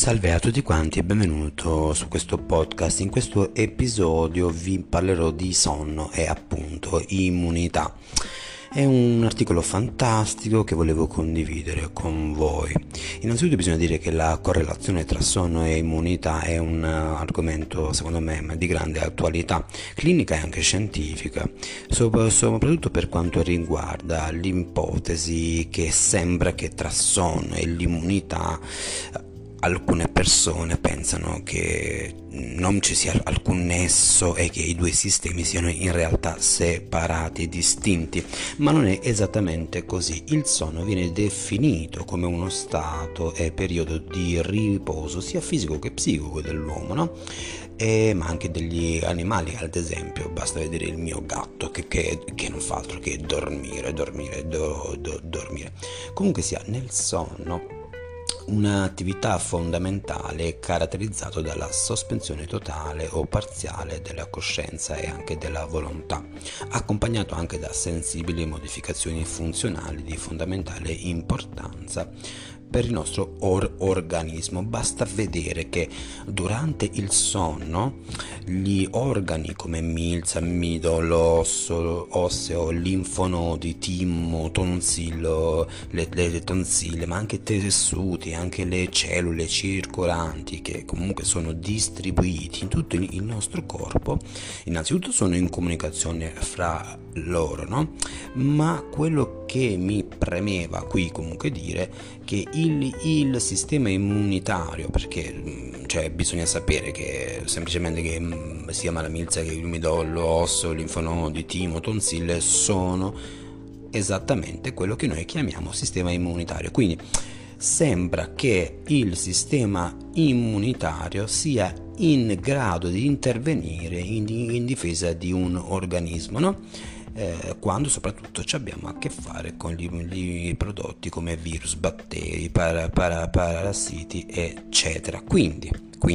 Salve a tutti quanti e benvenuto su questo podcast. In questo episodio vi parlerò di sonno e appunto immunità. È un articolo fantastico che volevo condividere con voi. Innanzitutto bisogna dire che la correlazione tra sonno e immunità è un argomento secondo me di grande attualità clinica e anche scientifica, soprattutto per quanto riguarda l'ipotesi che sembra che tra sonno e l'immunità alcune persone pensano che non ci sia alcun nesso e che i due sistemi siano in realtà separati e distinti, ma non è esattamente così. Il sonno viene definito come uno stato e periodo di riposo sia fisico che psichico dell'uomo, no? Ma anche degli animali, ad esempio, basta vedere il mio gatto che non fa altro che dormire. Comunque sia, nel sonno un'attività fondamentale caratterizzata dalla sospensione totale o parziale della coscienza e anche della volontà, accompagnato anche da sensibili modificazioni funzionali di fondamentale importanza per il nostro organismo. Basta vedere che durante il sonno gli organi come milza, midollo, osseo, linfonodi, timo, tonsillo, le tonsille, ma anche tessuti, anche le cellule circolanti che comunque sono distribuiti in tutto il nostro corpo, innanzitutto sono in comunicazione fra loro, no? Ma quello che mi premeva qui comunque dire che il sistema immunitario, perché bisogna sapere che semplicemente che sia la milza che il midollo, osso, linfonodi, timo, tonsille sono esattamente quello che noi chiamiamo sistema immunitario. Quindi sembra che il sistema immunitario sia in grado di intervenire in difesa di un organismo, no? Quando soprattutto ci abbiamo a che fare con gli prodotti come virus, batteri, parassiti, eccetera. Quindi,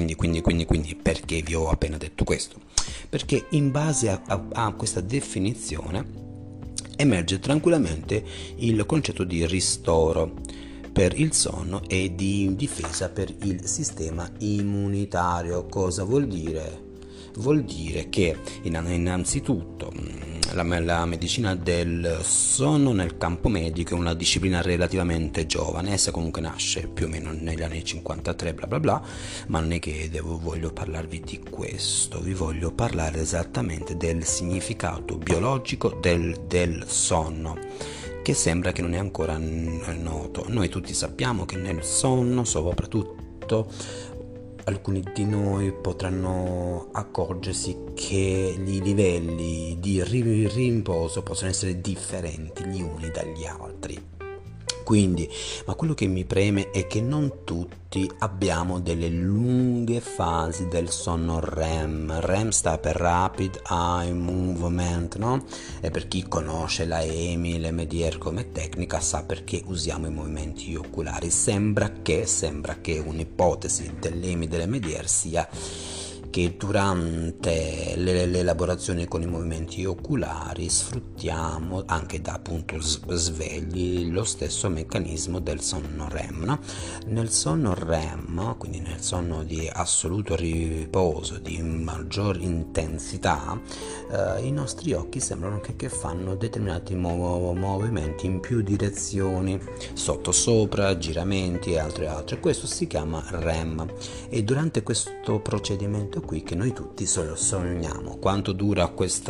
perché vi ho appena detto questo? Perché in base a questa definizione emerge tranquillamente il concetto di ristoro per il sonno e di difesa per il sistema immunitario. Cosa vuol dire? Vuol dire che innanzitutto la medicina del sonno nel campo medico è una disciplina relativamente giovane. Essa comunque nasce più o meno negli anni 53 bla bla bla, ma non è che voglio parlarvi di questo, vi voglio parlare esattamente del significato biologico del sonno, che sembra che non è ancora noto. Noi tutti sappiamo che nel sonno, soprattutto alcuni di noi potranno accorgersi che i livelli di riposo possono essere differenti gli uni dagli altri. Quindi, ma quello che mi preme è che non tutti abbiamo delle lunghe fasi del sonno REM. REM sta per Rapid Eye Movement, no? E per chi conosce la EMI, l'MDR come tecnica, sa perché usiamo i movimenti oculari. Sembra che un'ipotesi dell'EMI e dell'MDR sia che durante l'elaborazione con i movimenti oculari sfruttiamo anche da appunto svegli lo stesso meccanismo del sonno REM, no? Nel sonno REM, quindi nel sonno di assoluto riposo, di maggior intensità, i nostri occhi sembrano che fanno determinati movimenti in più direzioni, sotto, sopra, giramenti e altre. Questo si chiama REM, e durante questo procedimento qui che noi tutti sogniamo. Quanto dura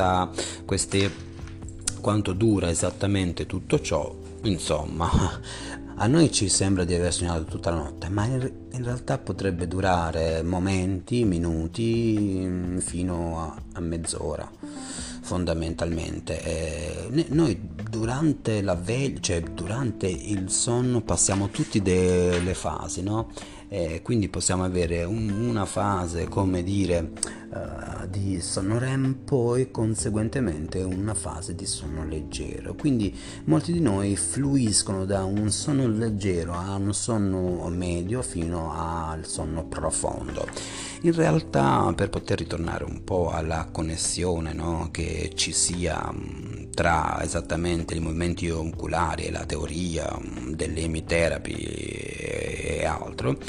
quanto dura esattamente tutto ciò? Insomma, a noi ci sembra di aver sognato tutta la notte, ma in realtà potrebbe durare momenti, minuti, fino a mezz'ora fondamentalmente. Noi durante durante il sonno passiamo tutti delle fasi, no? Quindi possiamo avere una fase, come dire, di sonno REM, poi conseguentemente una fase di sonno leggero. Quindi molti di noi fluiscono da un sonno leggero a un sonno medio fino al sonno profondo. In realtà, per poter ritornare un po' alla connessione, no, che ci sia tra esattamente i movimenti oculari e la teoria dell'emitherapy e altro,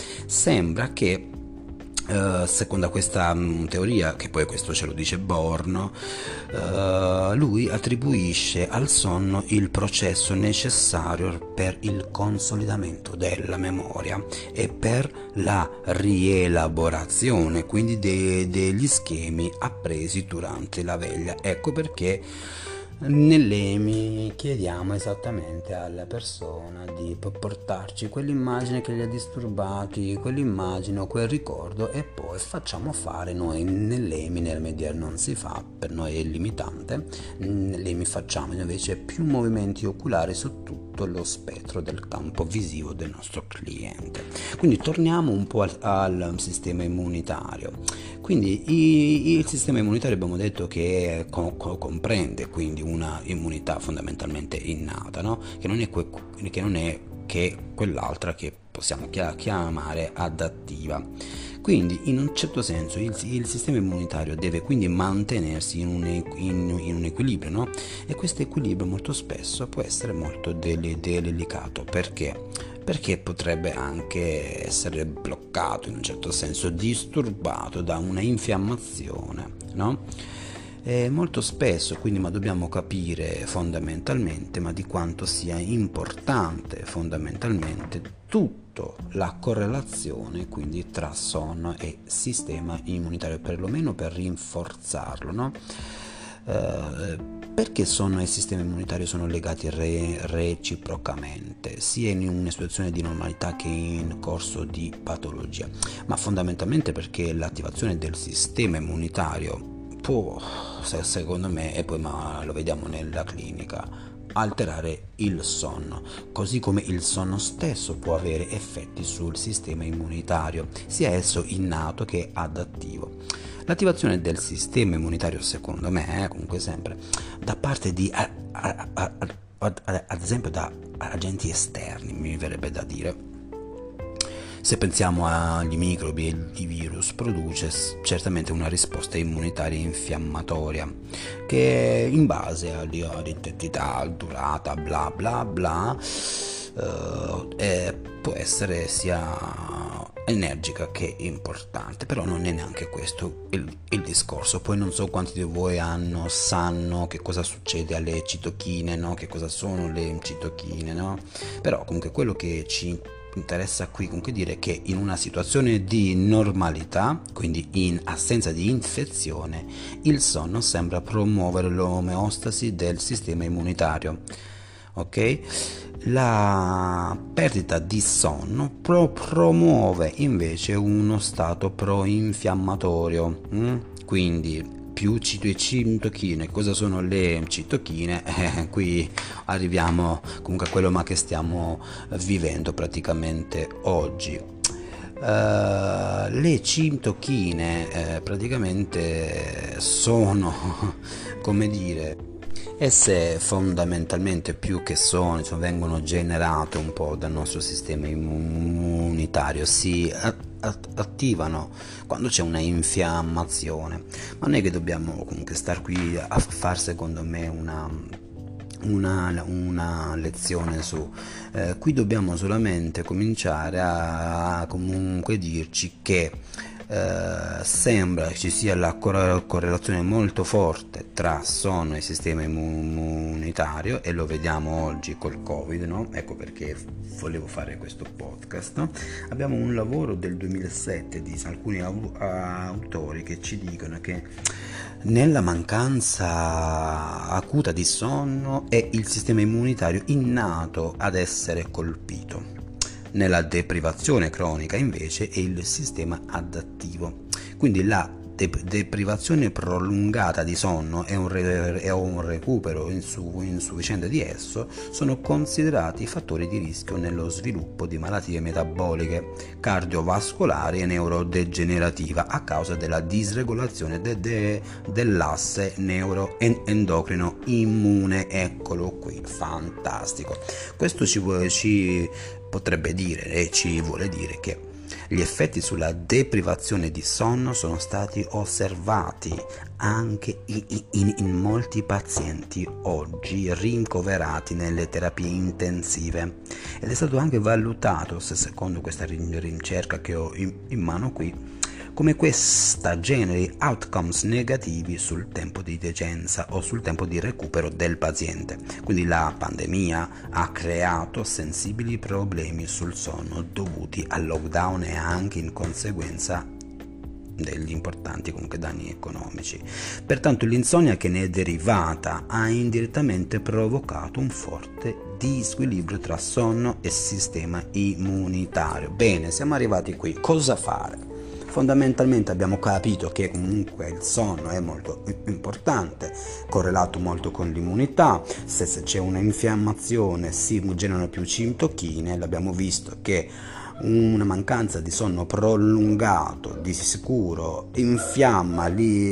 Sembra che secondo questa teoria, che poi questo ce lo dice Borno, lui attribuisce al sonno il processo necessario per il consolidamento della memoria e per la rielaborazione, quindi degli schemi appresi durante la veglia. Ecco perché nell'EMI chiediamo esattamente alla persona di portarci quell'immagine che li ha disturbati, quell'immagine o quel ricordo, e poi facciamo fare noi nell'EMI. Nel media non si fa, per noi è limitante. Nell'EMI facciamo invece più movimenti oculari su tutto lo spettro del campo visivo del nostro cliente. Quindi torniamo un po' al sistema immunitario. Quindi il sistema immunitario abbiamo detto che comprende quindi una immunità fondamentalmente innata, no? che non è che quell'altra che possiamo chiamare adattiva. Quindi in un certo senso il sistema immunitario deve quindi mantenersi in un equilibrio, no? E questo equilibrio molto spesso può essere molto delicato. Perché potrebbe anche essere bloccato, in un certo senso disturbato da una infiammazione, no? E molto spesso quindi dobbiamo capire fondamentalmente di quanto sia importante fondamentalmente tutta la correlazione quindi tra sonno e sistema immunitario, perlomeno per rinforzarlo, no? Perché sonno e sistema immunitario sono legati reciprocamente, sia in una situazione di normalità che in corso di patologia, ma fondamentalmente perché l'attivazione del sistema immunitario può, secondo me, e poi lo vediamo nella clinica, alterare il sonno, così come il sonno stesso può avere effetti sul sistema immunitario, sia esso innato che adattivo. L'attivazione del sistema immunitario, secondo me, comunque sempre, da parte di, ad esempio, da agenti esterni, mi verrebbe da dire. Se pensiamo agli microbi e ai virus, produce certamente una risposta immunitaria infiammatoria che in base all'intensità, durata, bla bla bla, può essere sia energica che importante, però non è neanche questo il discorso. Poi non so quanti di voi sanno che cosa succede alle citochine, no? Che cosa sono le citochine, no? Però comunque quello che ci interessa qui comunque dire che in una situazione di normalità, quindi in assenza di infezione, il sonno sembra promuovere l'omeostasi del sistema immunitario. Ok? La perdita di sonno promuove invece uno stato pro-infiammatorio. Quindi più citochine. Cosa sono le citochine? Qui arriviamo comunque a quello che stiamo vivendo praticamente oggi. Le citochine praticamente sono come dire, esse fondamentalmente più che vengono generate un po' dal nostro sistema immunitario, si attivano quando c'è una infiammazione, ma non è che dobbiamo comunque star qui a far, secondo me, una lezione su qui dobbiamo solamente cominciare a comunque dirci che sembra ci sia la correlazione molto forte tra sonno e sistema immunitario, e lo vediamo oggi col Covid, no? Ecco perché volevo fare questo podcast, no? Abbiamo un lavoro del 2007 di alcuni autori che ci dicono che nella mancanza acuta di sonno è il sistema immunitario innato ad essere colpito. Nella deprivazione cronica invece è il sistema adattivo. Quindi la deprivazione prolungata di sonno e un recupero insufficiente di esso sono considerati fattori di rischio nello sviluppo di malattie metaboliche, cardiovascolari e neurodegenerativa a causa della disregolazione dell'asse neuroendocrino immune. Eccolo qui, fantastico. Questo ci potrebbe dire e ci vuole dire che Gli effetti sulla deprivazione di sonno sono stati osservati anche in molti pazienti oggi ricoverati nelle terapie intensive, ed è stato anche valutato, secondo questa ricerca che ho in mano qui, come questa generi outcomes negativi sul tempo di degenza o sul tempo di recupero del paziente. Quindi la pandemia ha creato sensibili problemi sul sonno dovuti al lockdown e anche in conseguenza degli importanti comunque danni economici. Pertanto l'insonnia che ne è derivata ha indirettamente provocato un forte disquilibrio tra sonno e sistema immunitario. Bene, siamo arrivati qui. Cosa fare? Fondamentalmente abbiamo capito che comunque il sonno è molto importante, correlato molto con l'immunità. Se c'è una infiammazione si generano più citochine. L'abbiamo visto che una mancanza di sonno prolungato di sicuro infiamma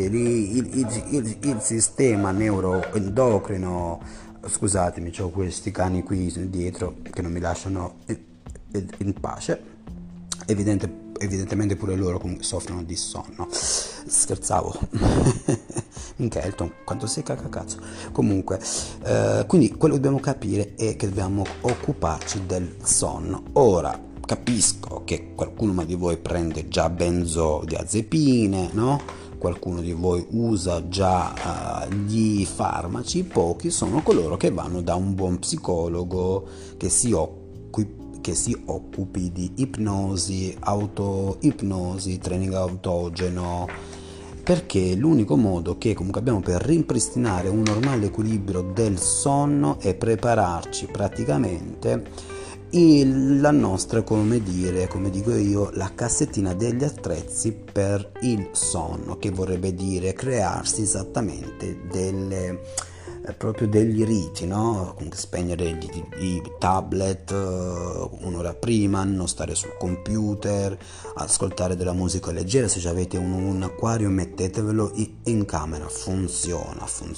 il sistema neuroendocrino. Scusatemi, ho questi cani qui dietro che non mi lasciano in pace. Evidentemente pure loro soffrono di sonno. Scherzavo. Minchia Elton, quanto sei cacacazzo. Comunque, quindi quello che dobbiamo capire è che dobbiamo occuparci del sonno. Ora, capisco che qualcuno di voi prende già benzodiazepine, no? Qualcuno di voi usa già gli farmaci. Pochi sono coloro che vanno da un buon psicologo che si occupi di ipnosi, autoipnosi, training autogeno, perché l'unico modo che comunque abbiamo per ripristinare un normale equilibrio del sonno è prepararci praticamente la nostra, come dico io, la cassettina degli attrezzi per il sonno, che vorrebbe dire crearsi esattamente proprio degli riti, no? Comunque spegnere i tablet un'ora prima, non stare sul computer, ascoltare della musica leggera. Se avete un acquario mettetevelo in camera, funziona.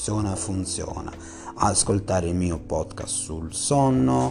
Ascoltare il mio podcast sul sonno,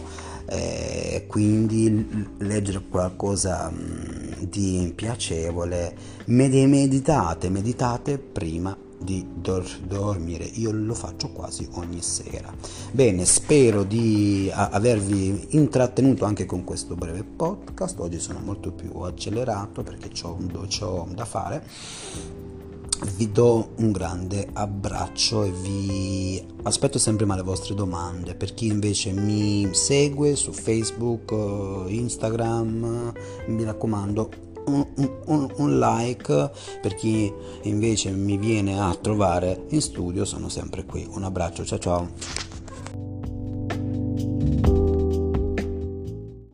quindi leggere qualcosa di piacevole. Meditate prima di dormire. Io lo faccio quasi ogni sera. Bene, spero di avervi intrattenuto anche con questo breve podcast. Oggi sono molto più accelerato perché c'ho da fare. Vi do un grande abbraccio e vi aspetto sempre le vostre domande. Per chi invece mi segue su Facebook, Instagram, mi raccomando un like. Per chi invece mi viene a trovare in studio, sono sempre qui. Un abbraccio, ciao.